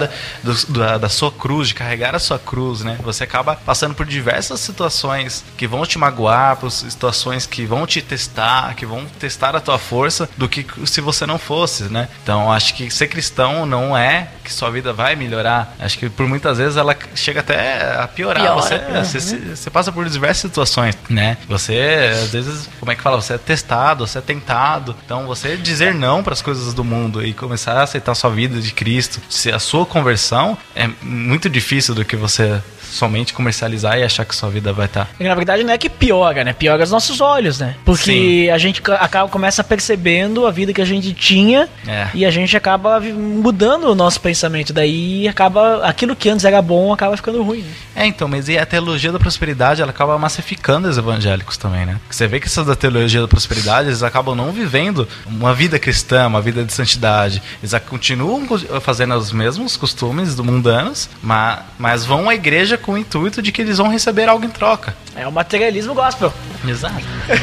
da sua cruz, de carregar a sua cruz, né? Você acaba passando por diversas situações que vão te magoar, por situações que vão te testar, que vão testar a tua força, do que se você não fosse, né? Então, acho que ser cristão não é que sua vida vai melhorar. Acho que por muitas vezes ela chega até a piorar. Você passa por diversas situações, né? Você, às vezes, como é que fala? Você é testado, você é tentado. Então, você dizer não para as coisas do mundo e começar a aceitar a sua vida de Cristo, a sua conversão, é muito difícil do que você somente comercializar e achar que sua vida vai estar... Na verdade não é que piora, né? Piora os nossos olhos, né? Porque a gente começa percebendo a vida que a gente tinha e a gente acaba mudando o nosso pensamento. Daí acaba, aquilo que antes era bom acaba ficando ruim, né? Então, mas e a teologia da prosperidade, ela acaba massificando os evangélicos também, né? Você vê que essas da teologia da prosperidade, eles acabam não vivendo uma vida cristã, uma vida de santidade. Eles continuam fazendo os mesmos costumes do mundanos, mas vão à igreja com o intuito de que eles vão receber algo em troca. É o materialismo gospel. Exato.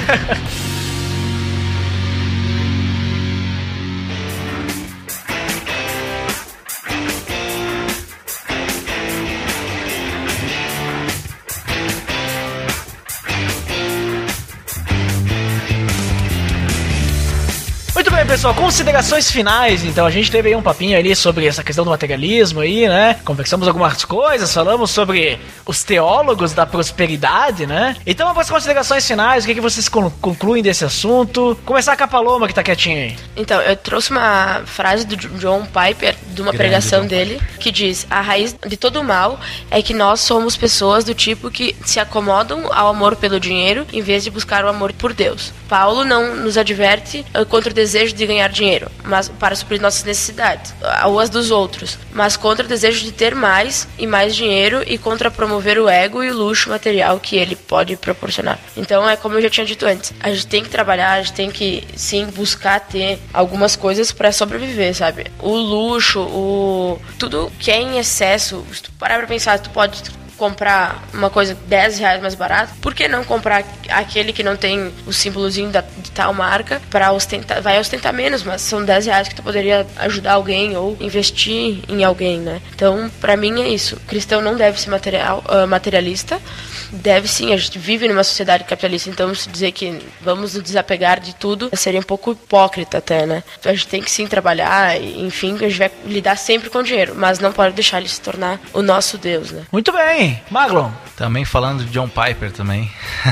Muito bem, pessoal, considerações finais. Então, a gente teve aí um papinho ali sobre essa questão do materialismo aí, né? Conversamos algumas coisas, falamos sobre os teólogos da prosperidade, né? Então, vamos para as considerações finais. O que vocês concluem desse assunto? Começar com a Paloma, que tá quietinha aí. Então, eu trouxe uma frase do John Piper, de uma pregação dele, que diz: a raiz de todo o mal é que nós somos pessoas do tipo que se acomodam ao amor pelo dinheiro em vez de buscar o amor por Deus. Paulo não nos adverte contra o desejo de ganhar dinheiro, mas para suprir nossas necessidades, ou as dos outros, mas contra o desejo de ter mais e mais dinheiro e contra promover o ego e o luxo material que ele pode proporcionar. Então é como eu já tinha dito antes, a gente tem que trabalhar, a gente tem que sim buscar ter algumas coisas para sobreviver, sabe? O luxo, tudo que é em excesso, se tu parar pra pensar, tu pode comprar uma coisa R$10 mais barato, por que não comprar aquele que não tem o símbolozinho de tal marca para ostentar, vai ostentar menos, mas são R$10 que tu poderia ajudar alguém ou investir em alguém, né? Então, pra mim é isso. O cristão não deve ser materialista, deve sim, a gente vive numa sociedade capitalista, então se dizer que vamos nos desapegar de tudo seria um pouco hipócrita até, né? A gente tem que sim trabalhar, enfim, a gente vai lidar sempre com dinheiro, mas não pode deixar ele se tornar o nosso Deus, né? Muito bem. Maglon. Também falando de John Piper também.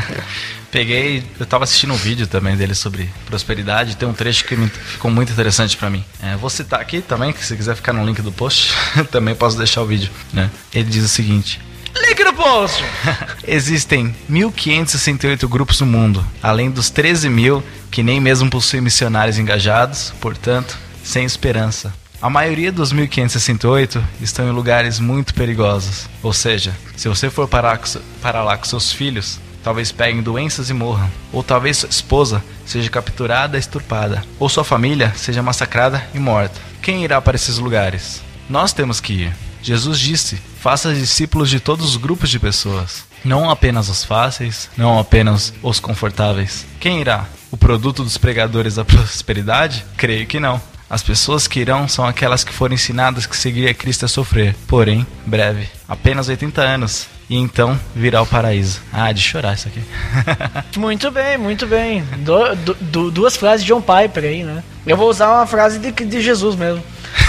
Eu tava assistindo um vídeo também dele sobre prosperidade, tem um trecho que ficou muito interessante pra mim. Vou citar aqui também, que se quiser ficar no link do post, também posso deixar o vídeo, né? Ele diz o seguinte: link no post! Existem 1.568 grupos no mundo, além dos 13.000 que nem mesmo possuem missionários engajados, portanto, sem esperança. A maioria dos 1.568 estão em lugares muito perigosos. Ou seja, se você for parar lá com seus filhos, talvez peguem doenças e morram. Ou talvez sua esposa seja capturada e estuprada. Ou sua família seja massacrada e morta. Quem irá para esses lugares? Nós temos que ir. Jesus disse: faça discípulos de todos os grupos de pessoas. Não apenas os fáceis, não apenas os confortáveis. Quem irá? O produto dos pregadores da prosperidade? Creio que não. As pessoas que irão são aquelas que foram ensinadas que seguir a Cristo é sofrer, porém, breve, apenas 80 anos, e então virá o paraíso. De chorar isso aqui. Muito bem, muito bem. Duas frases de John Piper aí, né? Eu vou usar uma frase de Jesus mesmo.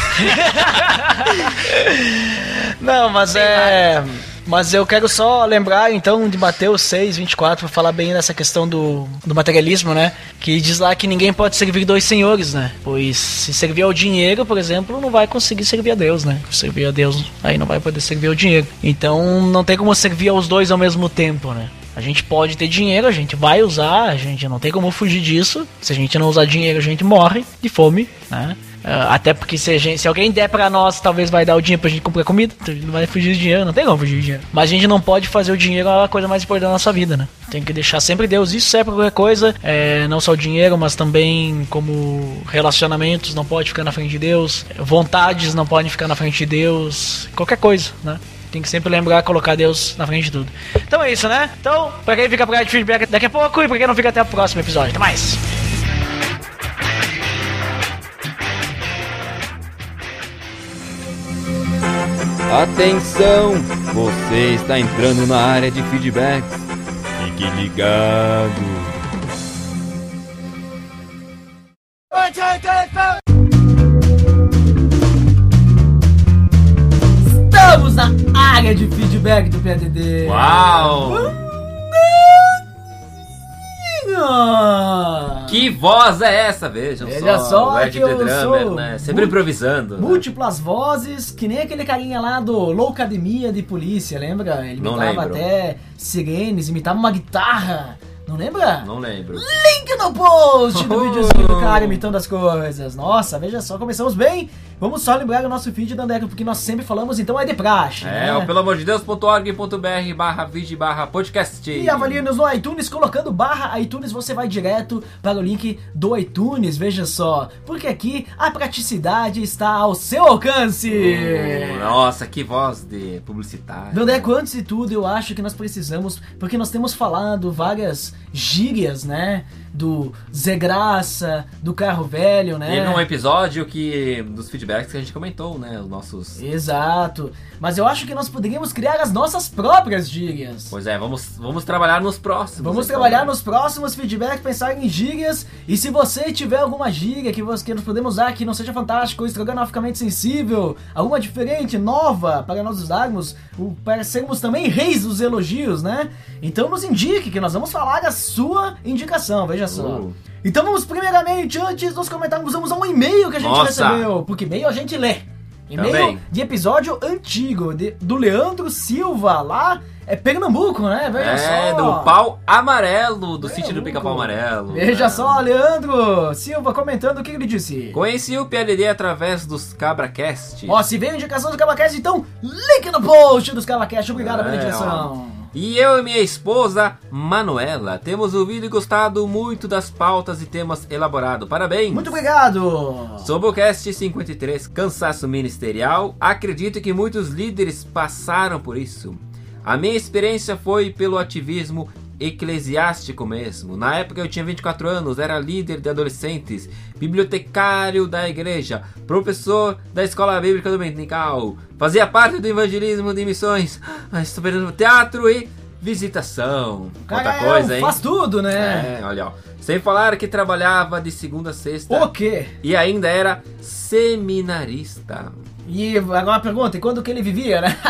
Não, mas eu quero só lembrar então de Mateus 6:24 para falar bem dessa questão do materialismo, né? Que diz lá que ninguém pode servir dois senhores, né? Pois se servir ao dinheiro, por exemplo, não vai conseguir servir a Deus, né? Servir a Deus, aí não vai poder servir ao dinheiro. Então não tem como servir aos dois ao mesmo tempo, né? A gente pode ter dinheiro, a gente vai usar, a gente não tem como fugir disso. Se a gente não usar dinheiro, a gente morre de fome, né? Até porque se alguém der pra nós, talvez vai dar o dinheiro pra gente comprar comida. Então a gente não vai fugir do dinheiro, não tem como fugir do dinheiro. Mas a gente não pode fazer o dinheiro a coisa mais importante da nossa vida, né? Tem que deixar sempre Deus. Isso é pra qualquer coisa, não só o dinheiro, mas também como relacionamentos não pode ficar na frente de Deus. Vontades não podem ficar na frente de Deus. Qualquer coisa, né? Tem que sempre lembrar, colocar Deus na frente de tudo. Então é isso, né? Então, pra quem fica pra cá de feedback daqui a pouco, e pra quem não fica até o próximo episódio. Até mais! Atenção! Você está entrando na área de feedbacks. Fique ligado! Estamos na área de feedback do PADD. Uau! Que voz é essa? Vejam só, o Ed The Drummer, né? Sempre improvisando. Múltiplas vozes, que nem aquele carinha lá do Loucademia de Polícia, lembra? Ele imitava até sirenes, imitava uma guitarra. Não lembra? Não lembro. Link no post do videozinho do cara imitando as coisas. Nossa, veja só, começamos bem. Vamos só lembrar o nosso feed, Dandeco, porque nós sempre falamos, então é de praxe. É, pelo amor de Deus.org.br/vídeo/podcast. E avalie-nos no iTunes, colocando /iTunes, você vai direto para o link do iTunes, veja só. Porque aqui a praticidade está ao seu alcance. Nossa, que voz de publicitário. Dandeco, antes de tudo, eu acho que nós precisamos, porque nós temos falado várias gírias, né? Do Zé Graça, do carro velho, né? Teve um episódio dos feedbacks que a gente comentou, né? Os nossos... Exato. Mas eu acho que nós poderíamos criar as nossas próprias gírias. Pois é, vamos trabalhar nos próximos. Vamos trabalhar nos próximos feedbacks, pensar em gírias. E se você tiver alguma gíria que nós podemos usar que não seja fantástico, estrogonoficamente sensível, alguma diferente, nova, para nós usarmos, para sermos também reis dos elogios, né? Então nos indique, que nós vamos falar da sua indicação, veja só. Então vamos primeiramente, antes dos comentários, vamos a um e-mail que a gente recebeu, porque e-mail a gente lê. E-mail de episódio antigo, do Leandro Silva, lá é Pernambuco, né? Veja só. É, do Pau Amarelo, do sítio do Pica-Pau Amarelo. Veja só, Leandro Silva comentando o que ele disse. Conheci o PLD através dos CabraCast. Ó, se veio indicação dos CabraCast, então link no post dos CabraCast. Obrigado pela indicação. E eu e minha esposa, Manuela, temos ouvido e gostado muito das pautas e temas elaborados. Parabéns! Muito obrigado! Sobre o cast 53, Cansaço Ministerial, acredito que muitos líderes passaram por isso. A minha experiência foi pelo ativismo eclesiástico mesmo. Na época eu tinha 24 anos, era líder de adolescentes, bibliotecário da igreja, professor da escola bíblica dominical, fazia parte do evangelismo de missões, estou perdendo teatro e visitação. Outra coisa, hein? Faz tudo, né? É, olha, ó. Sem falar que trabalhava de segunda a sexta. O quê? E ainda era seminarista. E agora a pergunta, e quando que ele vivia, né?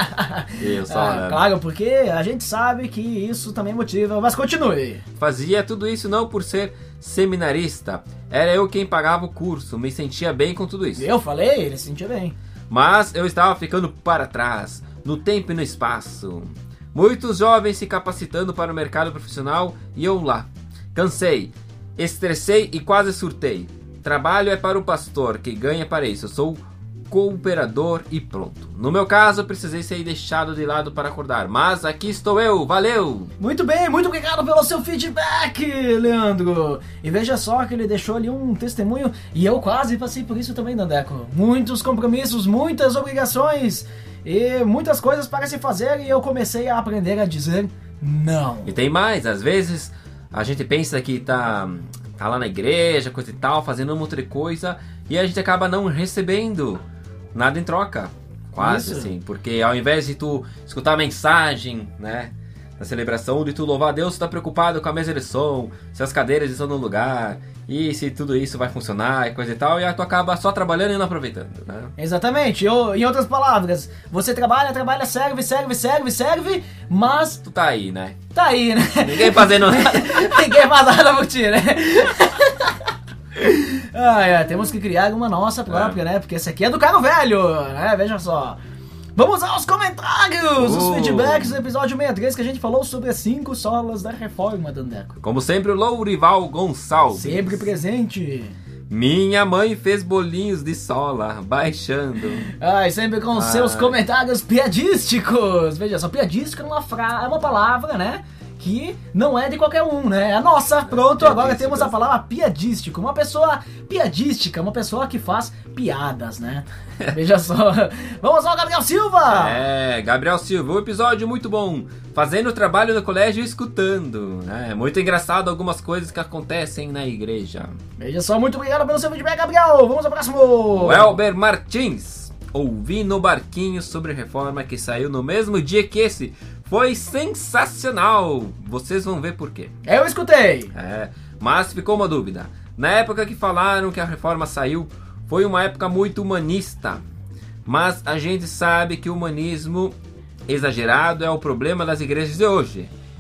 Claro, porque a gente sabe que isso também motiva, mas continue. Fazia tudo isso não por ser seminarista, era eu quem pagava o curso, me sentia bem com tudo isso. Eu falei, ele se sentia bem. Mas eu estava ficando para trás, no tempo e no espaço. Muitos jovens se capacitando para o mercado profissional e eu lá. Cansei, estressei e quase surtei. Trabalho é para o pastor, que ganha para isso. Eu sou cooperador e pronto. No meu caso, precisei ser deixado de lado para acordar, mas aqui estou eu, valeu! Muito bem, muito obrigado pelo seu feedback, Leandro! E veja só que ele deixou ali um testemunho, e eu quase passei por isso também, Dandeco. Muitos compromissos, muitas obrigações, e muitas coisas para se fazer, e eu comecei a aprender a dizer não. E tem mais, às vezes a gente pensa que tá lá na igreja, coisa e tal, fazendo uma outra coisa, e a gente acaba não recebendo nada em troca, quase assim, porque ao invés de tu escutar a mensagem, né, da celebração, de tu louvar a Deus, tu tá preocupado com a mesa de som, se as cadeiras estão no lugar, e se tudo isso vai funcionar e coisa e tal, e aí tu acaba só trabalhando e não aproveitando, né? Exatamente, em outras palavras, você trabalha, serve, mas... Tu tá aí, né? Tá aí, né? Ninguém fazendo nada. Ninguém faz nada por ti, né? Temos que criar uma nossa própria, né? Porque essa aqui é do carro velho, né? Veja só. Vamos aos comentários, os feedbacks do episódio 63 que a gente falou sobre as 5 solas da reforma, Dandeco. Como sempre, o Lourival Gonçalves. Sempre presente. Minha mãe fez bolinhos de sola, baixando. Sempre com seus comentários piadísticos. Veja só, piadístico é uma palavra, né? Que não é de qualquer um, né? É a nossa. Pronto, agora temos a palavra piadístico. Uma pessoa piadística, uma pessoa que faz piadas, né? Veja só. Vamos ao Gabriel Silva! Gabriel Silva, um episódio muito bom. Fazendo trabalho no colégio e escutando. É muito engraçado algumas coisas que acontecem na igreja. Veja só, muito obrigado pelo seu feedback, Gabriel. Vamos ao próximo. Elber Martins. Ouvi no Barquinho sobre reforma que saiu no mesmo dia que esse. Foi sensacional! Vocês vão ver por quê. Eu escutei! Mas ficou uma dúvida. Na época que falaram que a reforma saiu, foi uma época muito humanista. Mas a gente sabe que o humanismo exagerado é o problema das igrejas de hoje.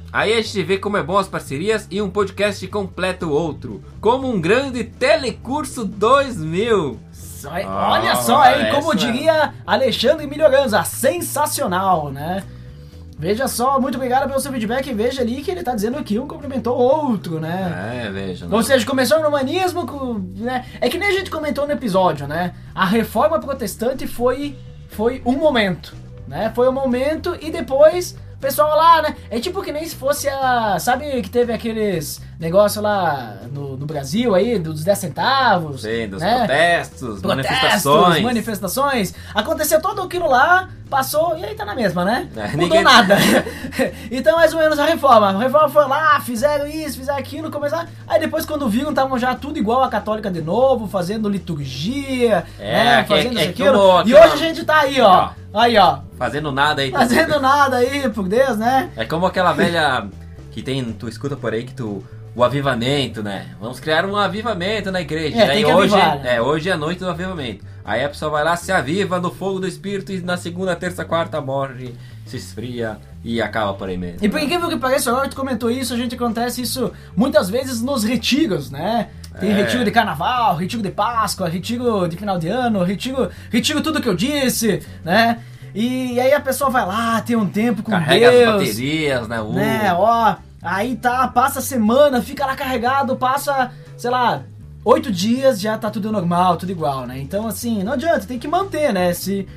Aí a gente vê como é bom as parcerias e um podcast completa o outro. Como um grande Telecurso 2000. Olha só, hein? Como diria Alexandre Melhoranza, sensacional, né? Veja só, muito obrigado pelo seu feedback e veja ali que ele tá dizendo que um complementou o outro, né? Veja. Ou seja, começou no humanismo, né? É que nem a gente comentou no episódio, né? A reforma protestante foi um momento, né? Foi um momento e depois o pessoal lá, né? É tipo que nem se fosse sabe que teve aqueles negócios lá no Brasil aí, dos 10 centavos. Sim, dos né? protestos, manifestações. Aconteceu tudo aquilo lá, passou e aí tá na mesma, né? Mudou ninguém... nada. Então, mais ou menos a reforma. A reforma foi lá, fizeram isso, fizeram aquilo, começaram. Aí depois, quando viram, estavam já tudo igual a católica de novo, fazendo liturgia, né? Fazendo isso, aquilo. E hoje a gente tá aí, ó. Aí, ó. Fazendo nada aí. Fazendo nada aí, por Deus, né? É como aquela velha que tem, tu escuta por aí que o avivamento, né? Vamos criar um avivamento na igreja. Tem que avivar, né? Hoje é a noite do avivamento. Aí a pessoa vai lá, se aviva no fogo do Espírito e na segunda, terça, quarta morre, se esfria e acaba por aí mesmo. E por incrível que pareça, agora que tu comentou isso, a gente acontece isso muitas vezes nos retiros, né? Tem retiro de carnaval, retiro de Páscoa, retiro de final de ano, retiro tudo que eu disse, né? E aí a pessoa vai lá, tem um tempo com carrega Deus. Carrega as baterias, né? Ó, aí tá, passa a semana, fica lá carregado, passa, sei lá, 8 dias, já tá tudo normal, tudo igual, né? Então, assim, não adianta, tem que manter, né?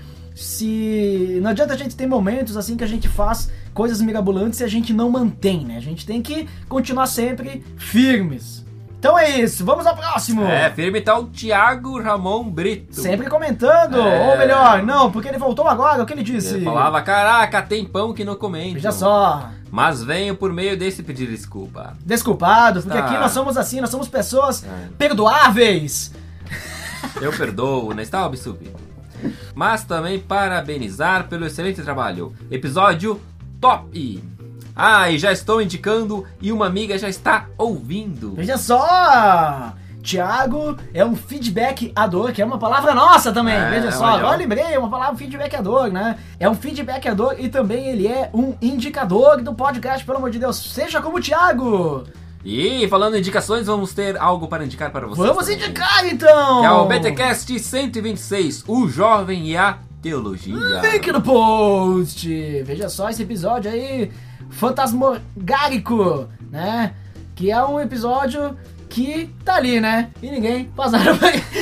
Não adianta a gente ter momentos assim que a gente faz coisas mirabolantes e a gente não mantém, né? A gente tem que continuar sempre firmes. Então é isso, vamos ao próximo! Firme tá o Thiago Ramon Brito. Sempre comentando, ou melhor, não, porque ele voltou agora, o que ele disse? Ele falava, caraca, tem pão que não comento. Veja só. Mas venho por meio desse pedir desculpa. Desculpado, porque aqui nós somos assim, nós somos pessoas perdoáveis. Eu perdoo, não está absolvido. Mas também parabenizar pelo excelente trabalho. Episódio top! E já estou indicando e uma amiga já está ouvindo. Veja só! Thiago é um feedbackador, que é uma palavra nossa também. Veja só, agora lembrei, é uma palavra feedbackador, né? É um feedbackador e também ele é um indicador do podcast, pelo amor de Deus. Seja como o Thiago! E falando em indicações, vamos ter algo para indicar para vocês. Vamos também indicar então! Que é o BTcast 126, o jovem e a teologia. Link no post! Veja só esse episódio aí, fantasmagórico, né? Que é um episódio que tá ali, né? E ninguém faz nada pra ele.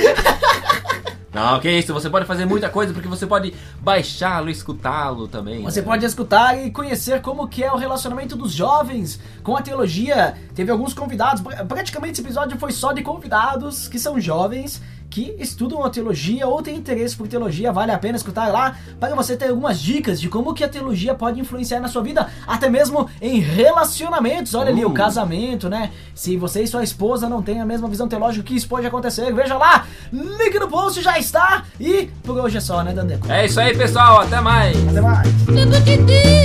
Não, que isso, você pode fazer muita coisa porque você pode baixá-lo e escutá-lo também. Você pode escutar e conhecer como que é o relacionamento dos jovens com a teologia. Teve alguns convidados, praticamente esse episódio foi só de convidados que são jovens, que estudam a teologia ou têm interesse por teologia. Vale a pena escutar lá para você ter algumas dicas de como que a teologia pode influenciar na sua vida, até mesmo em relacionamentos. Olha ali, o casamento, né? Se você e sua esposa não têm a mesma visão teológica, o que isso pode acontecer? Veja lá, link no post já está. E por hoje é só, né, Dandeco? É isso aí, pessoal, até mais. Até mais.